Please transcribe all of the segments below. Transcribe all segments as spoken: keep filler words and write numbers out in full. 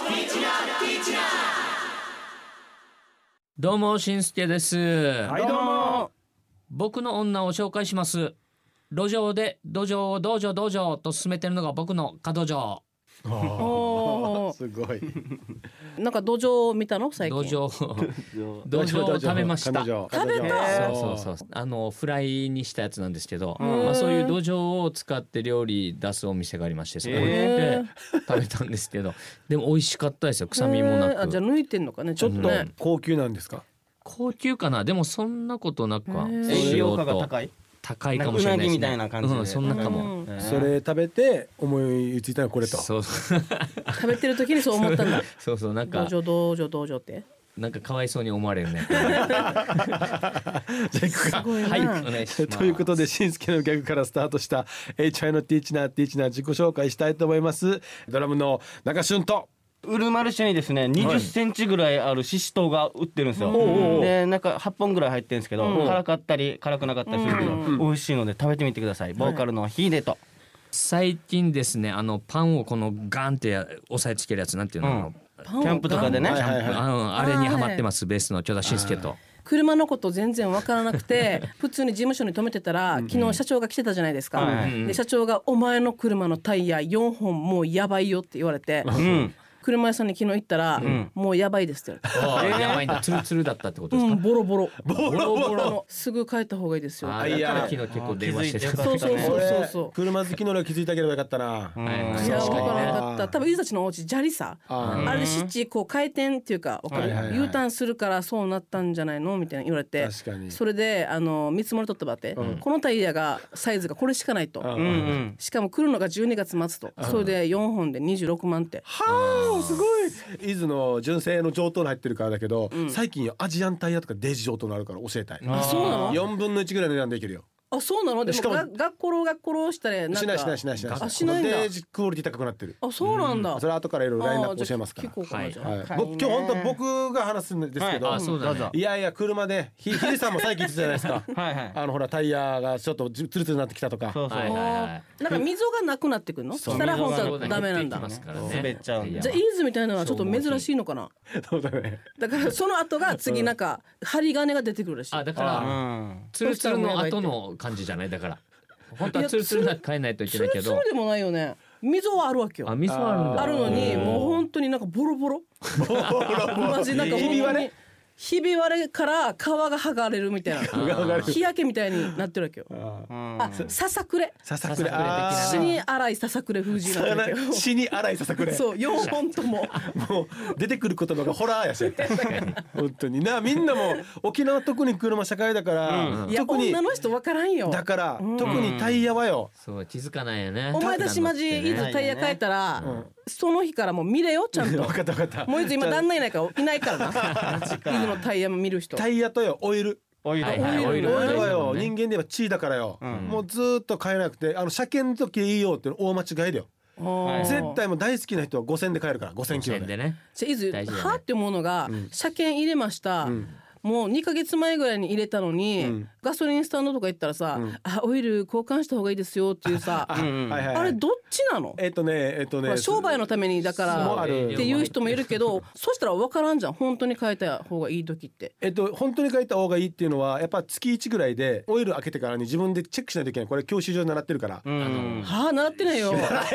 どうもしんすけです。 はい、どうも。 僕の女を紹介します。路上で土壌を道場道場と進めてるのが僕の角城。 おーすごい。なんか土壌を見たの最近。 土壌土壌を食べました。 食べた。 そうそうそう。あのフライにしたやつなんですけど、まあ、そういう土壌を使って料理出すお店がありまして、そこ行って食べたんですけど、でも美味しかったですよ。臭みもなく。 あ、じゃあ抜いてんのかね。ちょっとね、 高級なんですか。 高級かな。でもそんなことなくは。 栄養価が高い。 高いかもしれないですね。 うなぎみたいな感じで、 うん、そんなかも、 うん、それ食べて思いついたのこれと。 そう食べてる時にそう思ったんだ。 そうそう、なんか道場道場道場ってなんかかわいそうに思われるね。 じゃあ行くか。 はい、お願いします。 ということでしんすけのギャグからスタートした エイチワイ のティーチナーティーチナー自己紹介したいと思います。ドラムの中俊とウルマルシェにですねにじゅっセンチぐらいあるシシトウが売ってるんですよ、はい、でなんかはっぽんぐらい入ってるんですけど、うん、辛かったり辛くなかったりするけど、うん、美味しいので食べてみてください。ボーカルのヒーデと、 最近ですね、あのパンをこのガンって押さえつけるやつなんていうの、 うん、キャンプとかでね、 キャンプ、あのあれにハマってます。ベースの巨田俊介と。 車のこと全然わからなくて普通に事務所に止めてたら、昨日社長が来てたじゃないですか、うん、で社長がお前の車のタイヤよんほんもうやばいよって言われて、うん、車屋さんに昨日行ったら、うん、もうやばいですって言われて、 やばいんだ。ツルツルだったってことですか。 うん、ボロボロボロボロすぐ帰った方がいいですよ。 あ、いや、昨日結構電話してた。 そうそうそうそうそう。 車好きのら気づいてあげればよかったな。 いや、分からなかった。多分伊たちのお家砂利さ、あれ湿地こう回転っていうか分かる、U ターンするからそうなったんじゃないのみたいな言われて、それであの見積もり取ってもらって、このタイヤがサイズがこれしかないと、しかも来るのがじゅうにがつ末と、それでよんほんでにじゅうろくまんって。 はあ、すごい。伊豆の純正の上等の入ってるからだけど、うん、最近アジアンタイヤとかデージ上等のあるから教えたい。 あ、そうなの。 よんぶんのいちぐらいの値段でいけるよ。 あ、そうなの。でもが学校学校したらなんかしないしないしないしない。 あ、しないんだ。 デージクオリティ高くなってる。 あ、そうなんだ。 うん、それ後からいろいろラインナップ教えますから。 はい、 はい、僕今日本当僕が話すんですけど、 はい、あ、そうだね、 いやいや車でひヒデさんも最近言ってたじゃないですか。はい、はい、あのほらタイヤがちょっとツルツルになってきたとか。 そうそう、はいはいはい、 なんか溝がなくなってくるの。そしたら本当はダメなんだ。 滑っちゃうんだ。 じゃあイーズみたいなのはちょっと珍しいのかな。 そうだね。 だからその後が次なんか針金が出てくるらしい。 あ、だからツルツルの後の感じじゃない。だから本当はツルツルな変えないといけないけど、 ツルツルでもないよね。溝はあるわけよ。 あ、溝はあるんだ。 あるのにもう本当になんかボロボロマジなんかひび割れひび割れから皮が剥がれるみたいな、日焼けみたいになってるわけよ。あ、ささくれささくれ、 死に荒いささくれ風になってるわけよ。 死に荒いささくれ、 そう、よんほんとももう出てくる言葉がホラーやし本当にな。みんなも沖縄特に車社会だから、 うん、いや女の人分からんよ。 だから、うん、特にタイヤはよ、 そう、気づかないよね。 お前だしマジいつタイヤ変えたら、うん、その日からもう見れよちゃんと。 分かった分かった。 もういつ今旦那いないからいないからな。伊豆のタイヤも見る人。 タイヤとよオイル。 オイル、 はいはい、オイルオイルはよ、人間で言えば血だからよ、うん、もうずっと買えなくて、あの車検の時いいよっていうの大間違いだよ。絶対もう大好きな人はごせんで買えるから、ごせんキロでね。 じゃあ伊豆、ね、はって思うのが、うん、車検入れました、うん、もうにかげつまえぐらいに入れたのに、うん、ガソリンスタンドとか行ったらさ、うん、あ、オイル交換した方がいいですよっていうさ、あ、うんはいはいはい、あれどっちなの。 えっとねえっとね商売のためにだからっていう人もいるけど、そしたら分からんじゃん、本当に変えた方がいい時って。 えっと本当に変えた方がいいっていうのはやっぱ月いちぐらいでオイル開けてからに自分でチェックしないといけない。これ教習所で習ってるから。 はあ、習ってないよ。習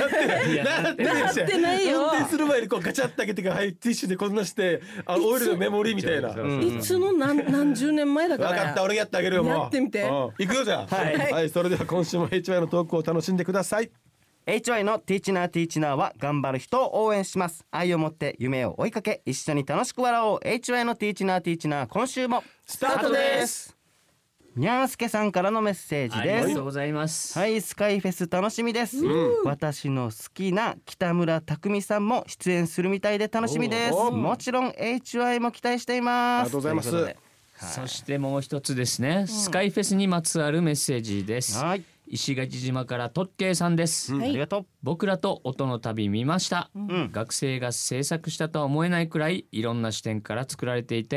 ってないよ。 運転する前にこうガチャッと開けてから、はい、ティッシュでこんなして、あ、オイルのメモリみたいな。 いつの何何十年前だから。 分かった、俺やってあげるよ。もうやってみて。 行くよじゃあ。はい、はい、それでは今週も エイチワイ のトークを楽しんでください。 エイチワイ のティーチナーティーチナーは頑張る人を応援します。愛を持って夢を追いかけ、一緒に楽しく笑おう。 エイチワイ のティーチナーティーチナー、今週もスタートです。 にゃーすけさんからのメッセージです。 ありがとうございます。 はい、スカイフェス楽しみです、うん、私の好きな北村匠海さんも出演するみたいで楽しみです。もちろん エイチワイ も期待しています。 ありがとうございます。はい、 そしてもう一つですね、うん、スカイフェスにまつわるメッセージです。はい、石垣島からトッケイさんです、 うん、ありがとう。 僕らと音の旅見ました、うん、学生が制作したとは思えないくらいいろんな視点から作られていて、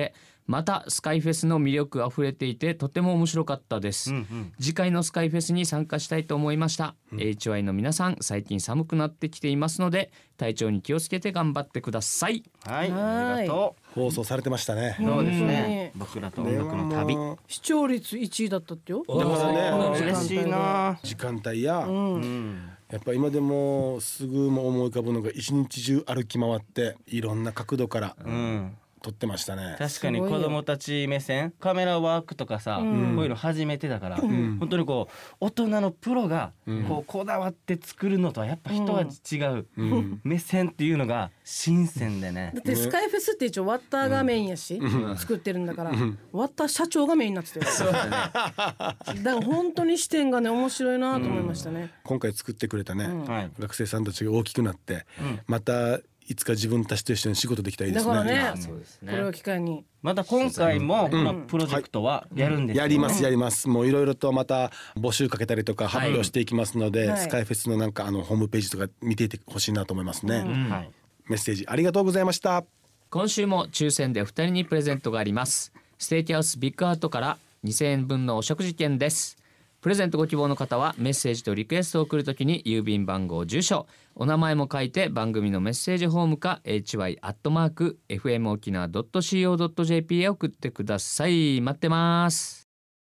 またスカイフェスの魅力あふれていてとても面白かったです、うんうん、次回のスカイフェスに参加したいと思いました、うん、エイチワイ の皆さん最近寒くなってきていますので体調に気をつけて頑張ってください。 はい、ありがとう。 放送されてましたね。 そうですね、僕らと音楽の旅視聴率いちいだったってよ。 だからね嬉しいな。 時間帯や、うん、やっぱ今でもすぐも思い浮かぶのが一日中歩き回っていろんな角度から、うん撮ってましたね。 確かに子供たち目線カメラワークとかさ、うん、こういうの初めてだから、うん、本当にこう大人のプロがこうこだわって作るのとはやっぱ一味違う、うん、目線っていうのが新鮮でね。 だってスカイフェスって一応ワッターがメインやし、うん、作ってるんだから、うん、ワッター社長がメインになってたよ。そうだね。だから本当に視点がね面白いなと思いましたね、うん、 今回作ってくれたね、うん、学生さんたちが大きくなって、うん、またいつか自分たちと一緒に仕事できたらいいですね。 だからね、そうですね、これを機会にまた今回もこのプロジェクトはやるんですよね、 うんはい、やりますやります。もういろいろとまた募集かけたりとか発表していきますので、はい、スカイフェスのなんかあのホームページとか見ていてほしいなと思いますね、うんはい、メッセージありがとうございました。 今週も抽選でふたりにプレゼントがあります。ステーキハウスビッグハートからにせんえん分のお食事券です。プレゼントご希望の方はメッセージとリクエストを送るときに郵便番号住所お名前も書いて番組のメッセージフォームか エイチワイ アットマーク エフエム 沖縄 ドット シーオー ドット ジェーピー へ送ってください。待ってます。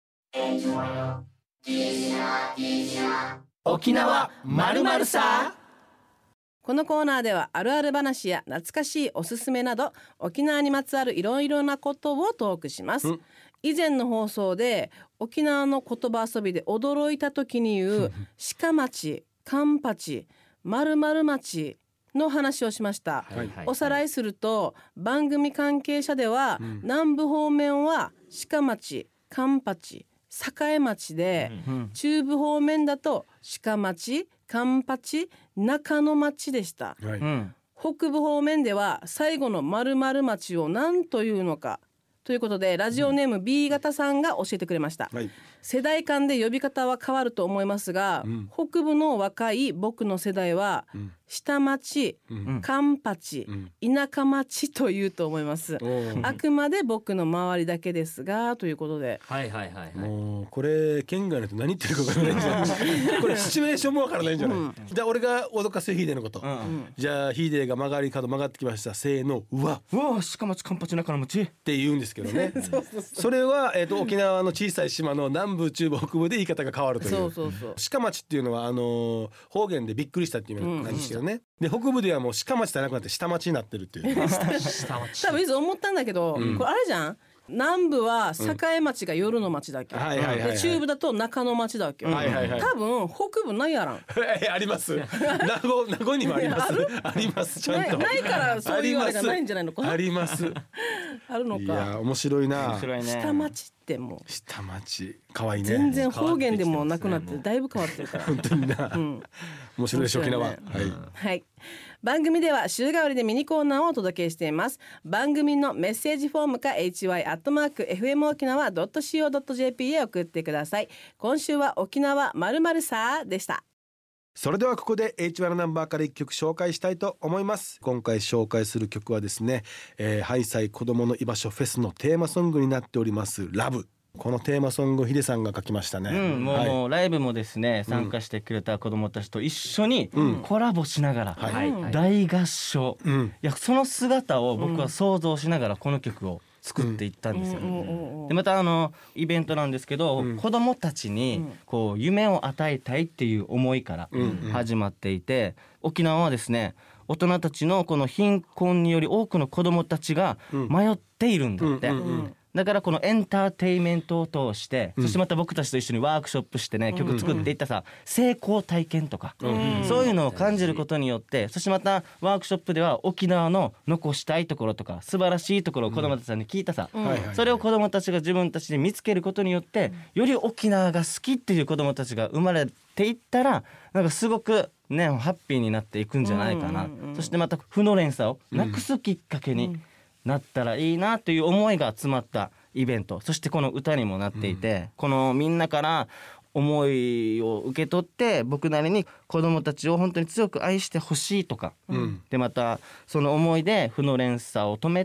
沖縄まるまるさ。 このコーナーではあるある話や懐かしいおすすめなど沖縄にまつわるいろいろなことをトークします。以前の放送で沖縄の言葉遊びで驚いた時に言う鹿町、カンパチ、〇〇町の話をしました、はいはいはい、おさらいすると番組関係者では、うん、南部方面は鹿町、カンパチ、栄町で、うん、中部方面だと鹿町、カンパチ、中野町でした、はいうん、北部方面では最後の〇〇町を何というのかということでラジオネーム ビー 型さんが教えてくれました、はい、世代間で呼び方は変わると思いますが、うん、北部の若い僕の世代は、うん、下町、うん、カンパチ、うん、田舎町というと思います、うん、あくまで僕の周りだけですがということで、 はいはいはいはい、 もうこれ県外の人何言ってるか分からないんじゃないこれシチュエーションも分からないんじゃない、うん、じゃあ俺が脅かすヒーデーのこと、うん、じゃあヒーデーが曲がり角曲がってきましたせーのうわうわ鹿町カンパチ中野町って言うんですけどねそうそうそうそれは、えー、と沖縄の小さい島の南部中部北部で言い方が変わるというそうそうそう鹿町っていうのはあのー、方言でびっくりしたっていう意味なんですけどね、うんで北部ではもう鹿町じゃなくなって下町になってるっていう下町多分いつ思ったんだけど、うん、これあれじゃん南部は栄町が夜の町だっけ、うんはいはいはいはい、で中部だと中野町だっけ、うんはいはいはい、多分北部ないやらんあります名護、名護にもありますありますちゃんとな, ないからそういうあれがないんじゃないのかありますあるのかいや面白いな面白い、 ね、下町ってもう下町可愛いね全然方言でもなくなってだいぶ変わってるから本当にな、うん、面白いでしょ沖縄、ねはいはい、番組では週替わりでミニコーナーをお届けしています。番組のメッセージフォームか エイチワイ アットマーク エフエム 沖縄 ドット シーオー ドット ジェーピー へ送ってください。今週は沖縄〇〇さでした。 それではここで エイチワイ のナンバーからいっきょく紹介したいと思います。今回紹介する曲はですね、えー、ハイサイ子どもの居場所フェスのテーマソングになっておりますラブ。このテーマソングヒデさんが書きましたね、 うん、もう、はい、ライブもですね参加してくれた子どもたちと一緒にコラボしながら、うんはい、大合唱、うん、いやその姿を僕は想像しながらこの曲を作っていったんですよ、うん、でまたあのイベントなんですけど、うん、子どもたちにこう夢を与えたいっていう思いから始まっていて、うん、沖縄はですね大人たちのこの貧困により多くの子どもたちが迷っているんだって、うんうんうんうんだからこのエンターテインメントを通して、うん、そしてまた僕たちと一緒にワークショップしてね曲作っていったさ、うん、成功体験とか、うん、そういうのを感じることによってそしてまたワークショップでは沖縄の残したいところとか素晴らしいところを子どもたちに聞いたさ、うん、それを子どもたちが自分たちで見つけることによってより沖縄が好きっていう子どもたちが生まれていったらなんかすごくねハッピーになっていくんじゃないかな、うんうんうん、そしてまた負の連鎖をなくすきっかけに、うんなったらいいなという思いが詰まったイベントそしてこの歌にもなっていて、うん、このみんなから思いを受け取って僕なりに子どもたちを本当に強く愛してほしいとか、うん、でまたその思いで負の連鎖を止めて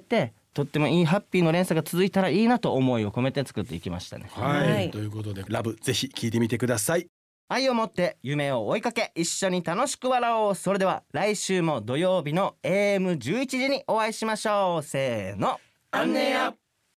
とってもいいハッピーの連鎖が続いたらいいなと思いを込めて作っていきましたね。 はい、 はい、 ということでラブぜひ聞いてみてください。 愛を持って夢を追いかけ一緒に楽しく笑おう。それでは来週も土曜日の エーエムじゅういち 時にお会いしましょう。せーの、 あんねや。